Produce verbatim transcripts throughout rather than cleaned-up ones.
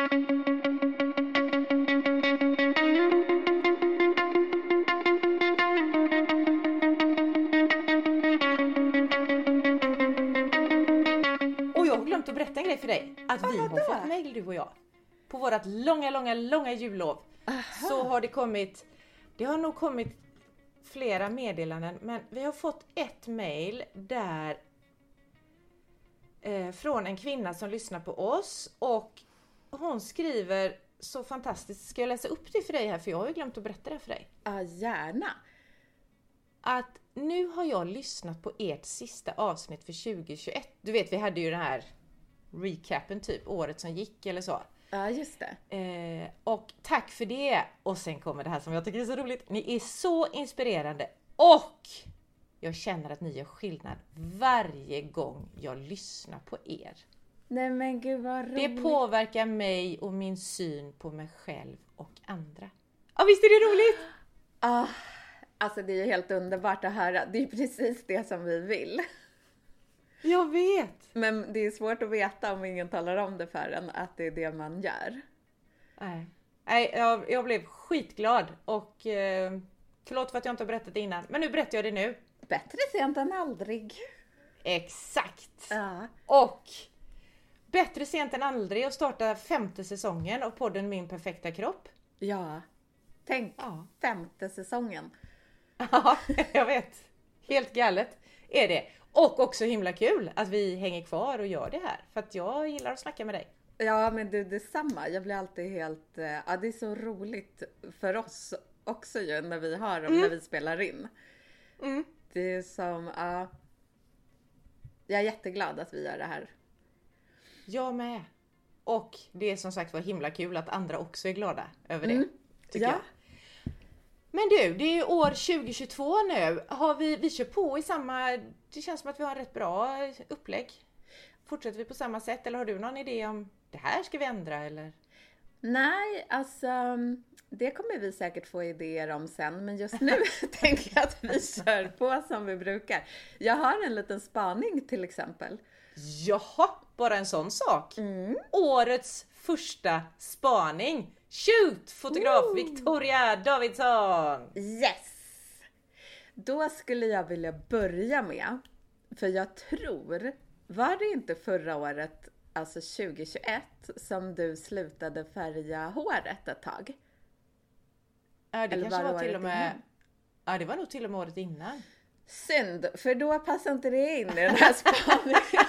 Och jag har glömt att berätta en grej för dig. Att vi har fått mejl, du och jag. På vårat långa, långa, långa jullov. Aha. Så har det kommit, det har nog kommit flera meddelanden. Men vi har fått ett mejl där eh, från en kvinna som lyssnar på oss. Och hon skriver så fantastiskt. Ska jag läsa upp det för dig här? För jag har ju glömt att berätta det för dig. Ja, gärna. Att nu har jag lyssnat på ert sista avsnitt för tjugo tjugoett. Du vet, vi hade ju den här recapen typ, året som gick eller så. Ja, just det. Eh, och tack för det. Och sen kommer det här som jag tycker är så roligt. Ni är så inspirerande. Och jag känner att ni gör skillnad varje gång jag lyssnar på er. Nej men gud vad roligt. Det påverkar mig och min syn på mig själv och andra. Ja, visst är det roligt? Ah, alltså det är ju helt underbart att höra. Det är precis det som vi vill. Jag vet. Men det är svårt att veta om ingen talar om det för en att det är det man gör. Nej, Nej jag, jag blev skitglad och eh, förlåt för att jag inte har berättat det innan. Men nu berättar jag det nu. Bättre sent än aldrig. Exakt. Ja. Och bättre sent än aldrig att starta femte säsongen av podden Min perfekta kropp. Ja, tänk ja. femte säsongen. Ja, jag vet. Helt galet är det. Och också himla kul att vi hänger kvar och gör det här. För att jag gillar att snacka med dig. Ja, men du, detsamma. Jag blir alltid helt... Ja, det är så roligt för oss också ju när vi har dem, mm. när vi spelar in. Mm. Det är som... Ja, jag är jätteglad att vi gör det här. Jag med. Och det är som sagt var himla kul att andra också är glada över det. Mm. Tycker ja. jag. Men du, det är ju år tjugo tjugotvå nu. Har vi, vi kör på i samma... Det känns som att vi har en rätt bra upplägg. Fortsätter vi på samma sätt? Eller har du någon idé om det här ska vi ändra? Eller? Nej, alltså... Det kommer vi säkert få idéer om sen. Men just nu tänker jag att vi kör på som vi brukar. Jag har en liten spaning till exempel. Jaha, bara en sån sak. Mm. Årets första spaning. Shoot! Fotograf Ooh. Victoria Davidsson. Yes! Då skulle jag vilja börja med. För jag tror, var det inte förra året, alltså tjugo tjugoett, som du slutade färga håret ett tag? Ja, det Eller kanske var, var till och med... Innan? Ja, det var nog till och med året innan. Synd, för då passar inte det in i den här spaningen.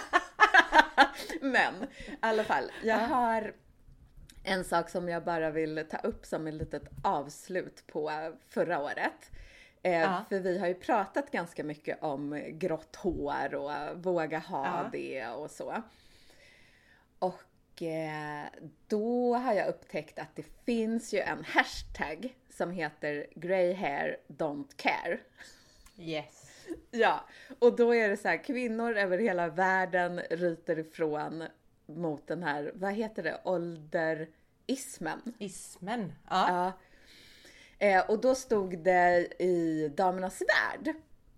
Men i alla fall, jag har en sak som jag bara vill ta upp som ett litet avslut på förra året. Eh, ja. För vi har ju pratat ganska mycket om grått hår och våga ha ja. det och så. Och eh, då har jag upptäckt att det finns ju en hashtag som heter Grey hair don't care. Yes. Ja, och då är det så här, kvinnor över hela världen ryter ifrån mot den här, vad heter det, ålderismen. Ismen, ja. ja. Eh, och då stod det i Damernas Värld.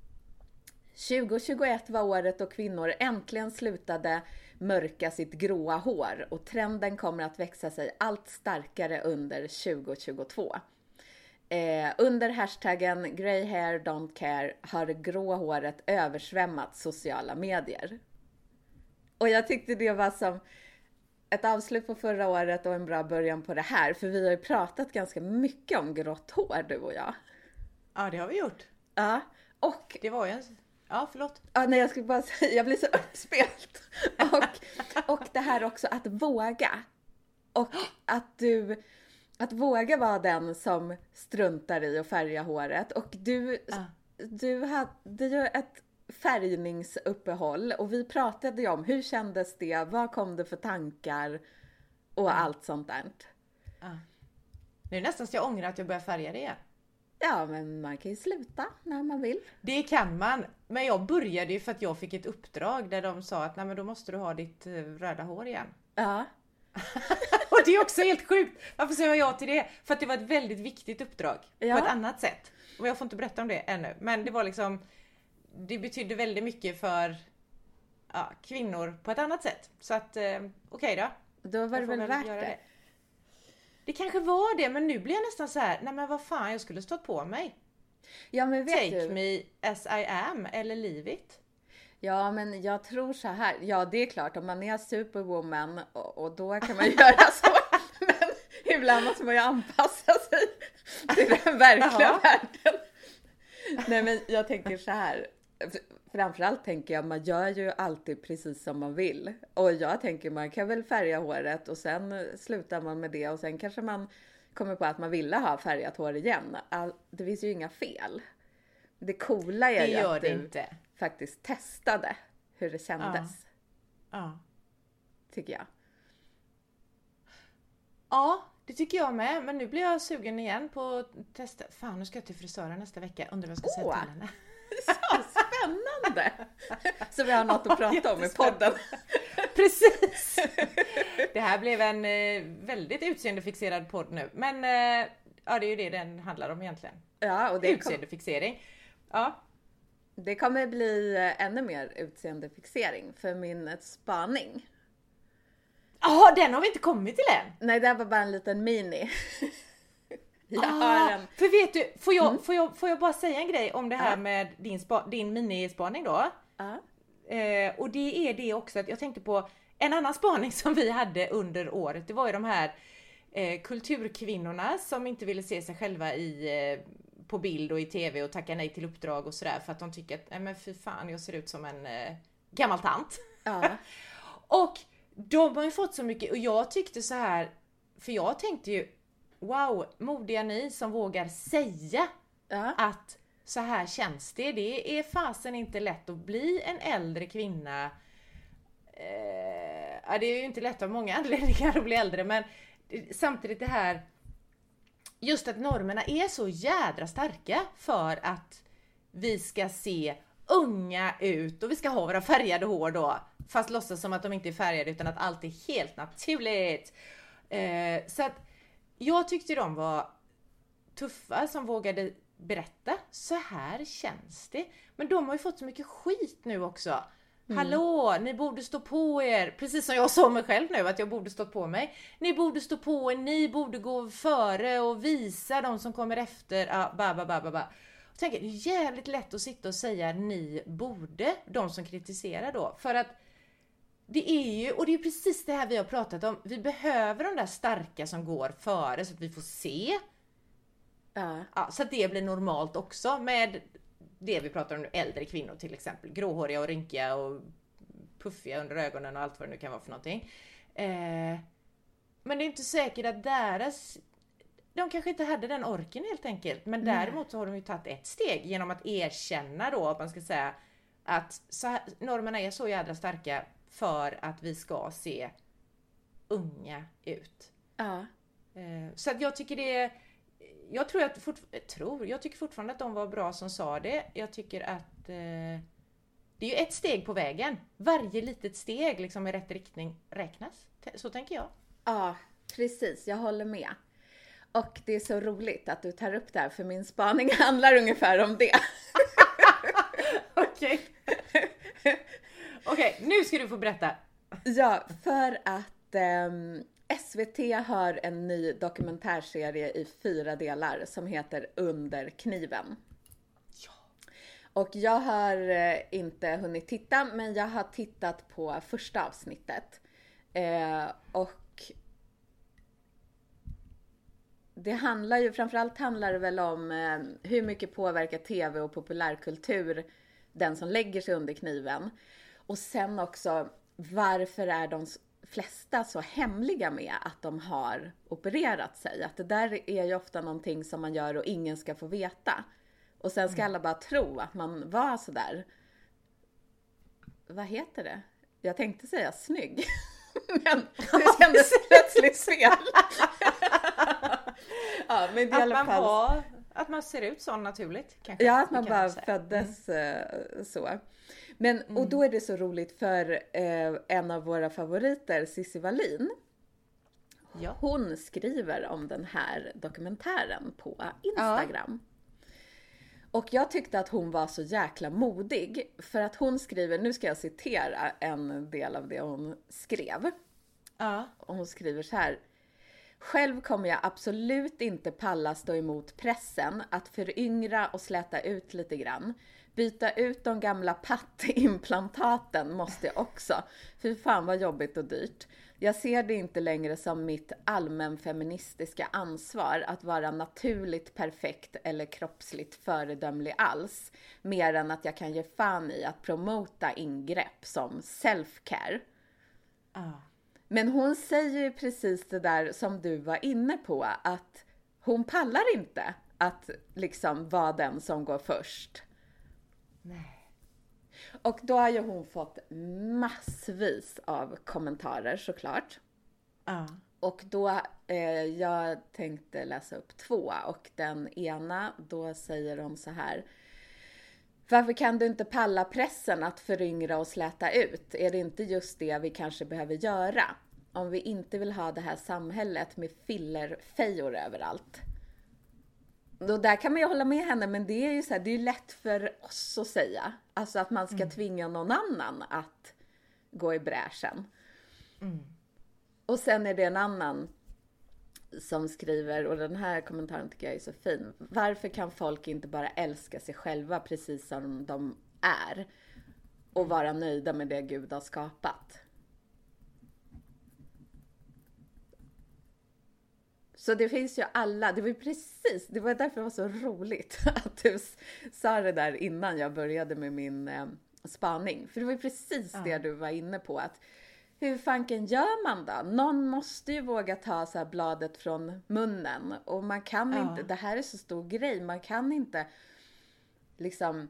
tjugo tjugoett var året då kvinnor äntligen slutade mörka sitt gråa hår. Och trenden kommer att växa sig allt starkare under tjugo tjugotvå. Eh, under hashtaggen Grey hair don't care har det grå håret översvämmat sociala medier. Och jag tyckte det var som ett avslut på förra året och en bra början på det här. För vi har ju pratat ganska mycket om grått hår, du och jag. Ja, det har vi gjort. Ja, och... Det var ju en... Ja, förlåt. Ja, nej, jag skulle bara säga, jag blir så uppspelt. Och, och det här också att våga. Och att du... Att våga vara den som struntar i att färga håret. Och du, ah. du hade ju ett färgningsuppehåll. Och vi pratade ju om hur kändes det? Vad kom det för tankar? Och ah. allt sånt där. Ah. Det är nästan så jag ångrar att jag börjar färga det igen. Ja, men man kan ju sluta när man vill. Det kan man. Men jag började ju för att jag fick ett uppdrag där de sa att nej, men då måste du ha ditt röda hår igen. Ja. Och det är också helt sjukt. Varför säger jag ja till det? För att det var ett väldigt viktigt uppdrag. Ja. På ett annat sätt. Och jag får inte berätta om det ännu. Men det var liksom... Det betydde väldigt mycket för ja, kvinnor på ett annat sätt. Så att, eh, okej okay då. Då var det väl värt det. det. Det kanske var det, men nu blir jag nästan så här, nej men vad fan, jag skulle stått på mig. Ja, men vet Take du, me as I am, eller leave it. ja, men jag tror så här. Ja, det är klart, om man är superwoman och, och då kan man göra så. Men ibland måste man ju anpassa sig till den verkliga Jaha. världen. Nej, men jag tänker så här. Framförallt tänker jag, man gör ju alltid precis som man vill. Och jag tänker, man kan väl färga håret och sen slutar man med det. Och sen kanske man kommer på att man ville ha färgat hår igen. All, det finns ju inga fel. Det coola är Det ju gör att det du inte. faktiskt testade hur det kändes. Ja. Tycker jag. Ja, det tycker jag med. Men nu blir jag sugen igen på att testa. Fan, nu ska jag till frisören nästa vecka. Undrar vad jag ska säga Åh. till henne. Så spännande! Så vi har något att prata om i podden. Precis! Det här blev en eh, väldigt utseendefixerad podd nu. Men eh, ja, det är ju det den handlar om egentligen. Ja, och det, kom, Utseendefixering. Ja. det kommer bli eh, ännu mer utseendefixering för min eh, spaning. Jaha, den har vi inte kommit till än. Nej, det här var bara en liten mini. Jag Ah, har en... för vet du, får jag, Mm. får, jag, får jag bara säga en grej om det här Ja. med din, spa, din minispaning då? Ja. Eh, och det är det också att jag tänkte på en annan spaning som vi hade under året. Det var ju de här eh, kulturkvinnorna som inte ville se sig själva i, eh, på bild och i tv och tacka nej till uppdrag och sådär för att de tycker att, nej men fy fan, jag ser ut som en eh, gammal tant. Ja. Och de har ju fått så mycket, och jag tyckte så här, för jag tänkte ju, wow, modiga ni som vågar säga Ja. att så här känns det. Det är fasen inte lätt att bli en äldre kvinna. Eh, ja, det är ju inte lätt av många anledningar att bli äldre, men samtidigt det här, just att normerna är så jädra starka för att vi ska se unga ut och vi ska ha våra färgade hår då, fast låtsas som att de inte är färgade utan att allt är helt naturligt. Eh, så att jag tyckte de var tuffa som vågade berätta, så här känns det. Men de har ju fått så mycket skit nu också. Mm. Hallå, ni borde stå på er. Precis som jag sa mig själv nu, att jag borde stå på mig. Ni borde stå på er, ni borde gå före och visa de som kommer efter. Ah, ba, ba, ba, ba, ba. Jag tänker, det är jävligt lätt att sitta och säga ni borde, de som kritiserar då. För att det är ju, och det är precis det här vi har pratat om. Vi behöver de där starka som går före så att vi får se. Ja. Ja, så att det blir normalt också med det vi pratar om nu, äldre kvinnor till exempel. Gråhåriga och rynkiga och puffiga under ögonen och allt vad det nu kan vara för någonting. Eh, men det är inte säkert att deras... De kanske inte hade den orken helt enkelt. Men Nej. däremot så har de ju tagit ett steg genom att erkänna då, att man ska säga att så här, normerna är så jädra starka för att vi ska se unga ut. Ja. Eh, så att jag tycker det är... Jag tror att fort, tror, jag tycker fortfarande att de var bra som sa det. Jag tycker att eh, det är ju ett steg på vägen. Varje litet steg liksom i rätt riktning räknas. Så tänker jag. Ja, precis. Jag håller med. Och det är så roligt att du tar upp det här, för min spaning handlar ungefär om det. Okej. Okej, nu ska du få berätta. Ja, för att ehm, S V T har en ny dokumentärserie i fyra delar som heter Under kniven. Ja. Och jag har eh, inte hunnit titta, men jag har tittat på första avsnittet. Eh, och det handlar ju, framförallt handlar det väl om eh, hur mycket påverkar tv och populärkultur den som lägger sig under kniven. Och sen också, varför är de flesta så hemliga med att de har opererat sig? Att det där är ju ofta någonting som man gör och ingen ska få veta. Och sen ska alla bara tro att man var så där. Vad heter det? Jag tänkte säga snygg. Men det kändes plötsligt fel. Ja, men det är i alla Att man, fall... har, att man ser ut så naturligt. Kanske. Ja, att man Det kan bara säga. föddes mm. så. Men, Mm. och då är det så roligt för eh, en av våra favoriter, Cissi Wallin. Ja. Hon skriver om den här dokumentären på Instagram. Ja. Och jag tyckte att hon var så jäkla modig. För att hon skriver, nu ska jag citera en del av det hon skrev. Ja. Och hon skriver så här: Själv kommer jag absolut inte palla stå emot pressen att föryngra och släta ut lite grann. Byta ut de gamla pattimplantaten måste jag också. Fy fan vad jobbigt och dyrt. Jag ser det inte längre som mitt allmänfeministiska ansvar att vara naturligt perfekt eller kroppsligt föredömlig alls. Mer än att jag kan ge fan i att promota ingrepp som self-care. Ah. Men hon säger ju precis det där som du var inne på. Att hon pallar inte att liksom vara den som går först. Nej. Och då har ju hon fått massvis av kommentarer såklart. Ja. Och då, eh, jag tänkte läsa upp två. Och den ena, då säger de så här. Varför kan du inte palla pressen att föryngra och släta ut? Är det inte just det vi kanske behöver göra? Om vi inte vill ha det här samhället med fillerfejor överallt. Då där kan man ju hålla med henne, men det är ju så här, det är ju lätt för oss att säga. Alltså att man ska mm. tvinga någon annan att gå i bräschen. Mm. Och sen är det en annan som skriver, och den här kommentaren tycker jag är så fin. Varför kan folk inte bara älska sig själva precis som de är? Och vara nöjda med det Gud har skapat? Så det finns ju alla, det var ju precis, det var därför det var så roligt att du sa det där innan jag började med min eh, spaning. För det var ju precis ja. det du var inne på, att hur fanken gör man då? Någon måste ju våga ta så här bladet från munnen. Och man kan ja. inte, det här är så stor grej, man kan inte liksom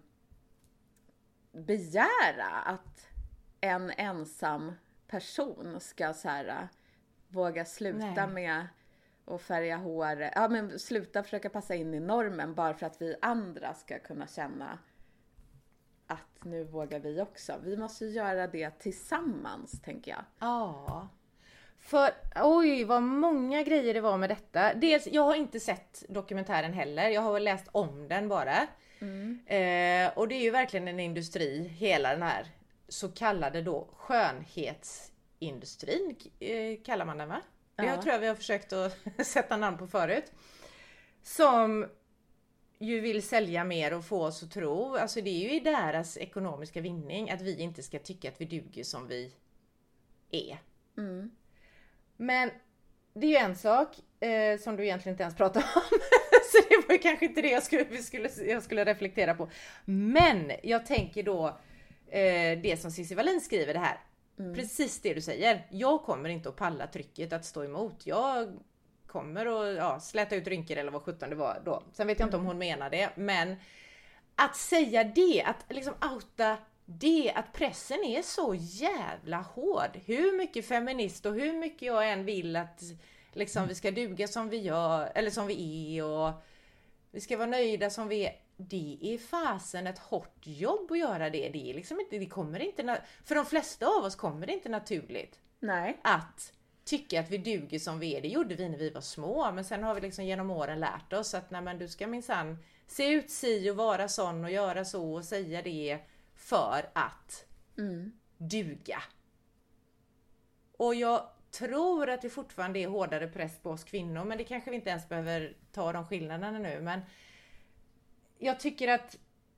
begära att en ensam person ska så här våga sluta Nej. med och färga hår, ja men sluta försöka passa in i normen bara för att vi andra ska kunna känna att nu vågar vi också. Vi måste göra det tillsammans, tänker jag. Ja. För, oj vad många grejer det var med detta. Dels, jag har inte sett dokumentären heller. Jag har läst om den bara. Mm. Eh, och det är ju verkligen en industri, hela den här så kallade då skönhetsindustrin eh, kallar man den, va? Det ja. tror jag vi har försökt att sätta namn på förut. Som ju vill sälja mer och få oss att tro. Alltså det är ju i deras ekonomiska vinning att vi inte ska tycka att vi duger som vi är. Mm. Men det är ju en sak eh, som du egentligen inte ens pratar om. Så det var ju kanske inte det jag skulle, vi skulle, jag skulle reflektera på. Men jag tänker då eh, det som Cissi Wallin skriver det här. Mm. Precis det du säger. Jag kommer inte att palla trycket att stå emot. Jag kommer att ja, släta ut rynkor eller vad sjutton det var då. Sen vet jag inte om hon menar det. Men att säga det, att liksom outa det, att pressen är så jävla hård. Hur mycket feminist och hur mycket jag än vill att liksom, vi ska duga som vi gör, eller som vi är och vi ska vara nöjda som vi är. Det är fasen ett hårt jobb att göra det. Det är liksom inte, det kommer inte, för de flesta av oss kommer det inte naturligt. Nej. Att tycka att vi duger som vi är. Det gjorde vi när vi var små. Men sen har vi liksom genom åren lärt oss att nej, men du ska minsann se ut si och vara sån och göra så och säga det för att mm. duga. Och jag tror att det fortfarande är hårdare press på oss kvinnor. Men det kanske vi inte ens behöver ta de skillnaderna nu. Men jag tycker att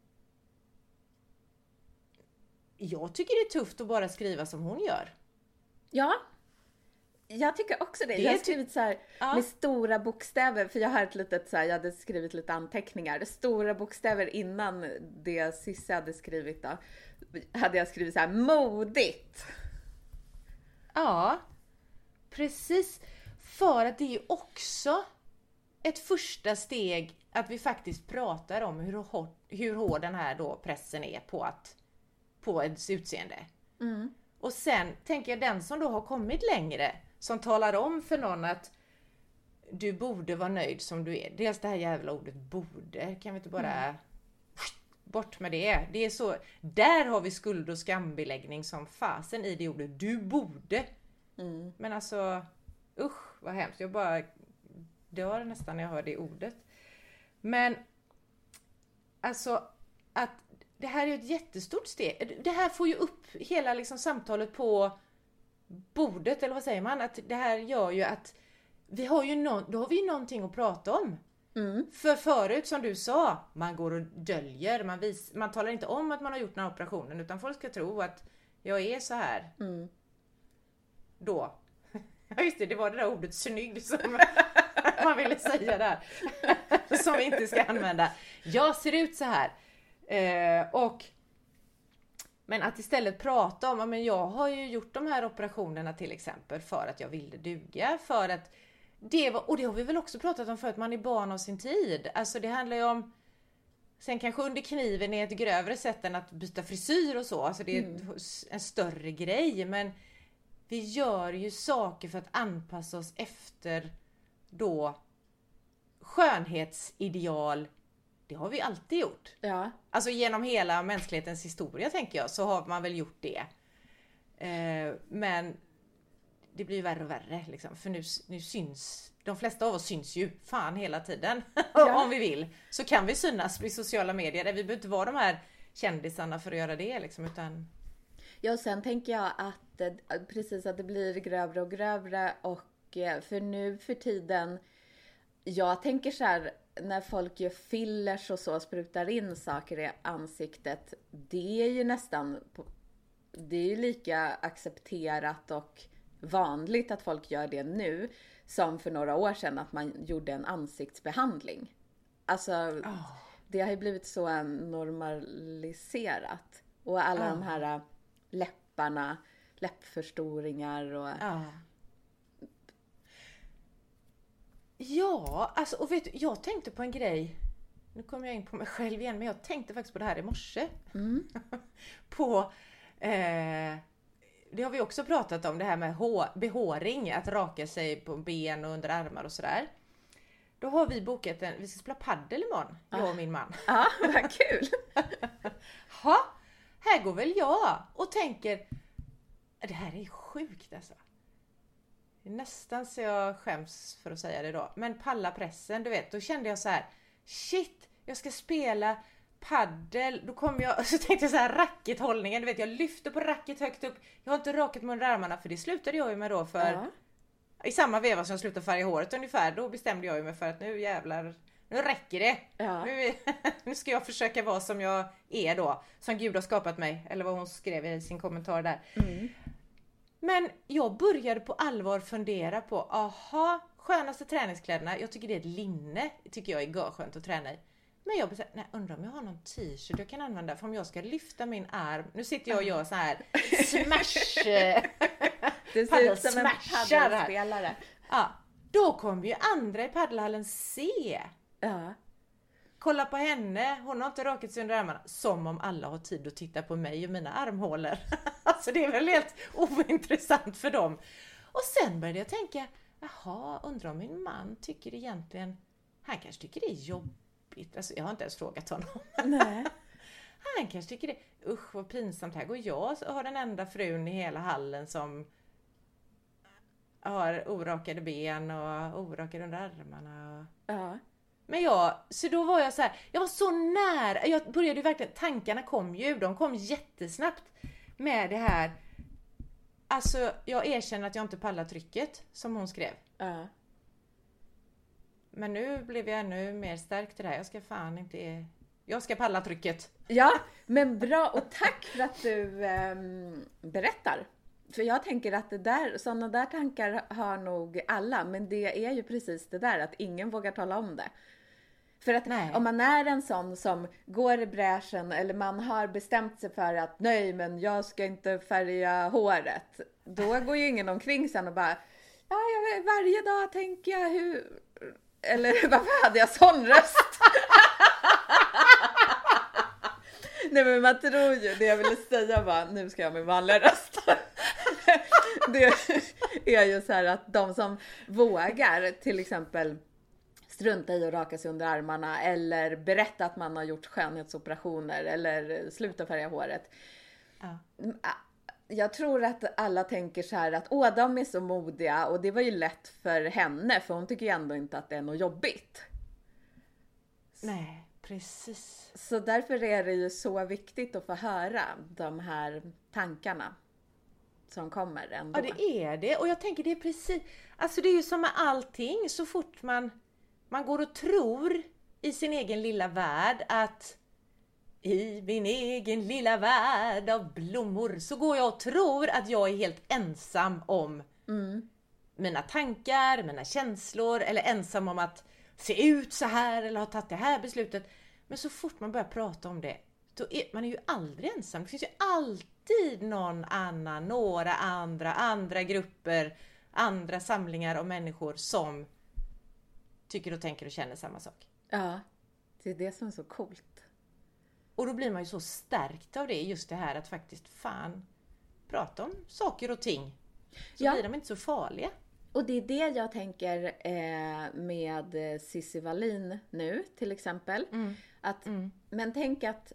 jag tycker det är tufft att bara skriva som hon gör. Ja, jag tycker också det. det jag har skrivit så här ja. med stora bokstäver. För jag har ett litet så här, jag hade skrivit lite anteckningar. Stora bokstäver innan det Cissi hade skrivit då. Hade jag skrivit så här, modigt. Ja, precis. För att det är också ett första steg att vi faktiskt pratar om hur hård, hur hård den här då pressen är på, att, på ens utseende. Mm. Och sen tänker jag den som då har kommit längre, som talar om för någon att du borde vara nöjd som du är. Dels det här jävla ordet borde, kan vi inte bara mm. bort med det. Det är så, där har vi skuld- och skambeläggning som fasen i det ordet. Du borde. Mm. Men alltså, usch vad hemskt. Jag bara dör nästan när jag hör det ordet. Men alltså att det här är ju ett jättestort steg. Det här får ju upp hela liksom samtalet på bordet, eller vad säger man? Att det här gör ju att vi har ju no- då har vi ju någonting att prata om. Mm. För förut som du sa, man går och döljer, man, vis- man talar inte om att man har gjort den här operationen, utan folk ska tro att jag är så här. Mm. Då. Ja just det, det var det där ordet snygg som man ville säga där. Som vi inte ska använda. Jag ser ut så här. Eh, och men att istället prata om, men jag har ju gjort de här operationerna till exempel för att jag ville duga, för att det var, och det har vi väl också pratat om för att man är barn av sin tid. Alltså det handlar ju om, sen kanske under kniven är ett grövre sätt än att byta frisyr och så. Alltså det är mm. en större grej, men vi gör ju saker för att anpassa oss efter då skönhetsideal. Det har vi alltid gjort. Ja. Alltså genom hela mänsklighetens historia tänker jag, så har man väl gjort det. Eh, men det blir ju värre och värre liksom. För nu, nu syns, de flesta av oss syns ju fan hela tiden. Ja. Om vi vill. Så kan vi synas i sociala medier. Vi behöver inte vara de här kändisarna för att göra det liksom, utan... Ja, och sen tänker jag att precis att det blir grövre och grövre, och för nu för tiden, jag tänker så här, när folk gör fillers och så, sprutar in saker i ansiktet, det är ju nästan, det är ju lika accepterat och vanligt att folk gör det nu som för några år sedan att man gjorde en ansiktsbehandling. Alltså, oh. det har ju blivit så normaliserat. Och alla oh. de här läpparna, läppförstoringar och... Oh. Ja, alltså, och vet du, jag tänkte på en grej. Nu kommer jag in på mig själv igen, men jag tänkte faktiskt på det här i morse. Mm. på... Eh, det har vi också pratat om, det här med hår, behåring, att raka sig på ben och under armar och sådär. Då har vi bokat en, vi ska spela paddel imorgon, jag och min man. Ja, vad kul! Ha, här går väl jag och tänker, det här är sjukt alltså. Nästan så jag skäms för att säga det då. Men palla pressen, du vet, då kände jag så här, shit, jag ska spela paddel, då kom jag, så tänkte jag så här, rackethållningen, du vet, jag lyfter på racket högt upp, jag har inte rakat mig under armarna, för det slutade jag ju med då för, ja. I samma veva som jag slutade färga håret ungefär, då bestämde jag ju mig för att nu jävlar, nu räcker det, ja. nu, nu ska jag försöka vara som jag är då, som Gud har skapat mig, eller vad hon skrev i sin kommentar där. Mm. Men jag började på allvar fundera på, aha, skönaste träningskläderna, jag tycker det är ett linne, tycker jag är görskönt att träna i. Men jag bestämde, nej, undrar om jag har någon t-shirt jag kan använda, för om jag ska lyfta min arm, nu sitter jag och gör så här smash. Det ser ut som en paddelspelare. Ja, då kommer ju andra i paddelhallen se. Ja. Kolla på henne, hon har inte rakat sig under armarna, som om alla har tid att titta på mig och mina armhålor. Alltså det är väl helt ointressant för dem. Och sen började jag tänka, jaha, undrar om min man tycker egentligen, han kanske tycker det är jobbigt. Alltså jag har inte ens frågat honom. Nej. Han kanske tycker det, usch vad pinsamt, här går jag och har den enda frun i hela hallen som har orakade ben och orakade under armarna. Och... Ja. Men jag, så då var jag så här, jag var så nära, jag började ju verkligen, tankarna kom ju, de kom jättesnabbt med det här. Alltså jag erkänner att jag inte pallar trycket, som hon skrev. Ja. Men nu blev jag ännu mer stärkt i det här, jag ska fan inte, jag ska palla trycket. Ja, men bra, och tack för att du ähm, berättar. För jag tänker att det där, sådana där tankar har nog alla, men det är ju precis det där, att ingen vågar tala om det. För att nej. Om man är en sån som går i bräschen, eller man har bestämt sig för att nej, men jag ska inte färga håret, då går ju ingen omkring sen och bara, ja, jag, varje dag tänker jag hur, eller varför hade jag sån röst? Nej, men man tror ju, det jag ville säga var, nu ska jag med vanlig röst. Det är ju så här att de som vågar till exempel strunta i att raka sig under armarna, eller berätta att man har gjort skönhetsoperationer, eller sluta färga håret. Ja. Jag tror att alla tänker så här att åh, de är så modiga, och det var ju lätt för henne, för hon tycker ju ändå inte att det är något jobbigt. Nej, precis. Så därför är det ju så viktigt att få höra de här tankarna som kommer ändå. Ja, det är det. Och jag tänker det är precis, alltså det är ju som med allting, så fort man, man går och tror i sin egen lilla värld att i min egen lilla värld av blommor, så går jag och tror att jag är helt ensam om Mm. mina tankar, mina känslor, eller ensam om att se ut så här eller ha tagit det här beslutet. Men så fort man börjar prata om det, då är man är ju aldrig ensam. Det finns ju alltid någon annan, några andra, andra grupper, andra samlingar av människor som tycker och tänker och känner samma sak. Ja, det är det som är så coolt. Och då blir man ju så stärkt av det, just det här att faktiskt fan prata om saker och ting. Så Ja. blir de inte så farliga. Och det är det jag tänker eh, med Cissi Wallin nu till exempel. Mm. Att, Mm. Men tänk att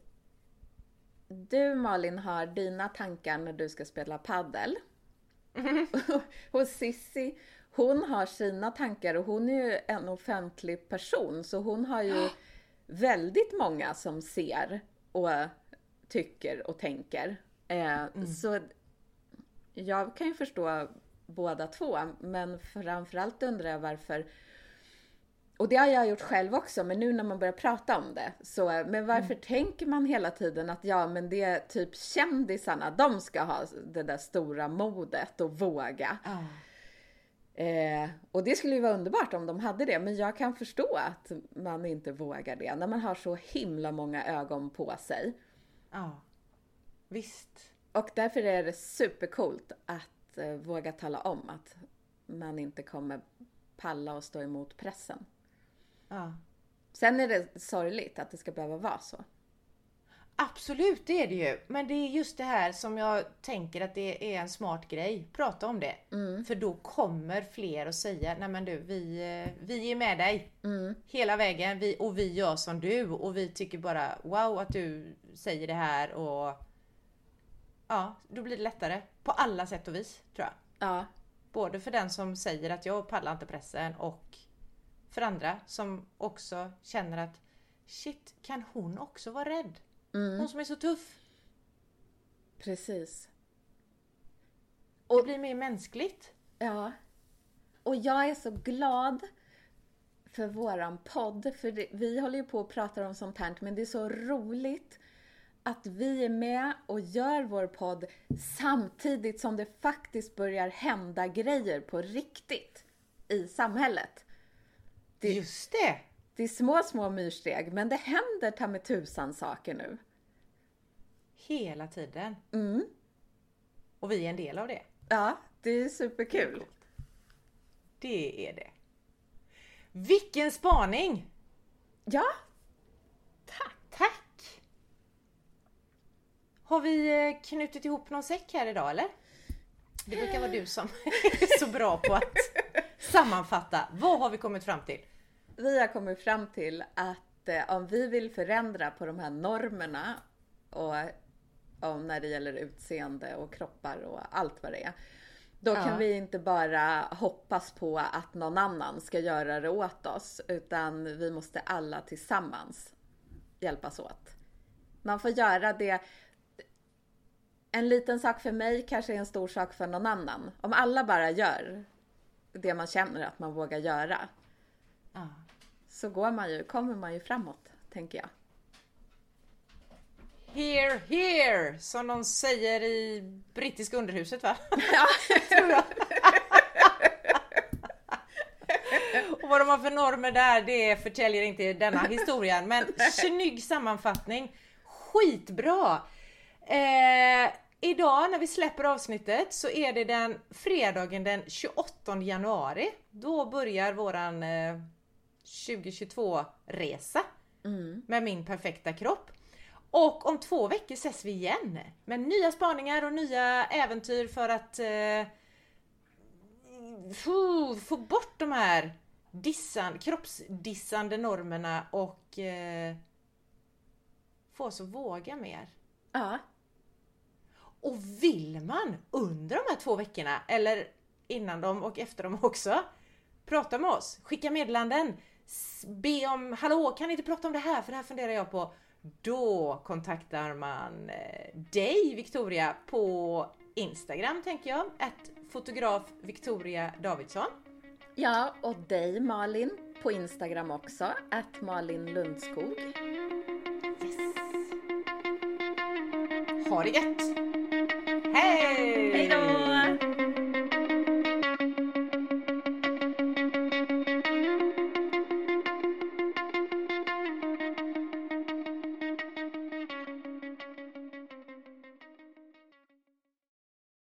du, Malin, har dina tankar när du ska spela paddel. Mm. Och Cissi, hon har sina tankar och hon är ju en offentlig person. Så hon har ju väldigt många som ser och tycker och tänker. Eh, Mm. Så jag kan ju förstå båda två, men framförallt undrar jag varför, och det har jag gjort själv också, men nu när man börjar prata om det, så, men varför mm. tänker man hela tiden att ja, men det är typ kändisarna, de ska ha det där stora modet och våga. Ah. Eh, och det skulle ju vara underbart om de hade det, men jag kan förstå att man inte vågar det, när man har så himla många ögon på sig. Ja, visst. Och därför är det supercoolt att eh, våga tala om att man inte kommer palla och stå emot pressen. Ja. Sen är det sorgligt att det ska behöva vara så. Absolut, det är det ju. Men det är just det här som jag tänker att det är en smart grej. Prata om det. Mm. För då kommer fler att säga, nej men du, vi, vi är med dig. Mm. Hela vägen. Vi, och vi gör som du. Och vi tycker bara, wow att du säger det här. Och ja, då blir det lättare. På alla sätt och vis, tror jag. Ja. Både för den som säger att jag pallar inte pressen. Och för andra som också känner att shit, kan hon också vara rädd? Mm. Hon som är så tuff. Precis. Och det blir mer mänskligt. Ja. Och jag är så glad för våran podd. För det, vi håller ju på och pratar om sånt här. Men det är så roligt att vi är med och gör vår podd samtidigt som det faktiskt börjar hända grejer på riktigt i samhället. Det, Just det. det är små, små myrsteg. Men det händer ta med tusan saker nu. Hela tiden. Mm. Och vi är en del av det. Ja, det är superkul. Det är det. Vilken spaning! Ja. Tack! Tack! Har vi knutit ihop någon säck här idag, eller? Det brukar vara du som är så bra på att sammanfatta. Vad har vi kommit fram till? Vi har kommit fram till att eh, om vi vill förändra på de här normerna och om när det gäller utseende och kroppar och allt vad det är. Då Ja. kan vi inte bara hoppas på att någon annan ska göra det åt oss. Utan vi måste alla tillsammans hjälpas åt. Man får göra det. En liten sak för mig kanske är en stor sak för någon annan. Om alla bara gör det man känner att man vågar göra. Ja. Så går man ju, kommer man ju framåt, tänker jag. Here, here! Som de säger i brittiska underhuset, va? Ja. Tror jag. Och vad de har för normer där, det förtäljer inte denna historien. Men snygg sammanfattning. Skitbra! Eh, idag när vi släpper avsnittet så är det den fredagen den tjugoåttonde januari. Då börjar våran eh, tjugohundratjugotvå-resa Mm. med min perfekta kropp. Och om två veckor ses vi igen med nya spaningar och nya äventyr för att eh, få, få bort de här dissan, kroppsdissande normerna och eh, få oss att våga mer. Ja. Och vill man under de här två veckorna eller innan dem och efter dem också prata med oss, skicka meddelanden, be om hallå, kan ni inte prata om det här för det här funderar jag på. Då kontaktar man dig, Victoria, på Instagram tänker jag, att fotograf Victoria Davidsson. Ja, och dig Malin på Instagram också, att Malin Lundskog. Yes. Ha det gött! Hej! Hej då!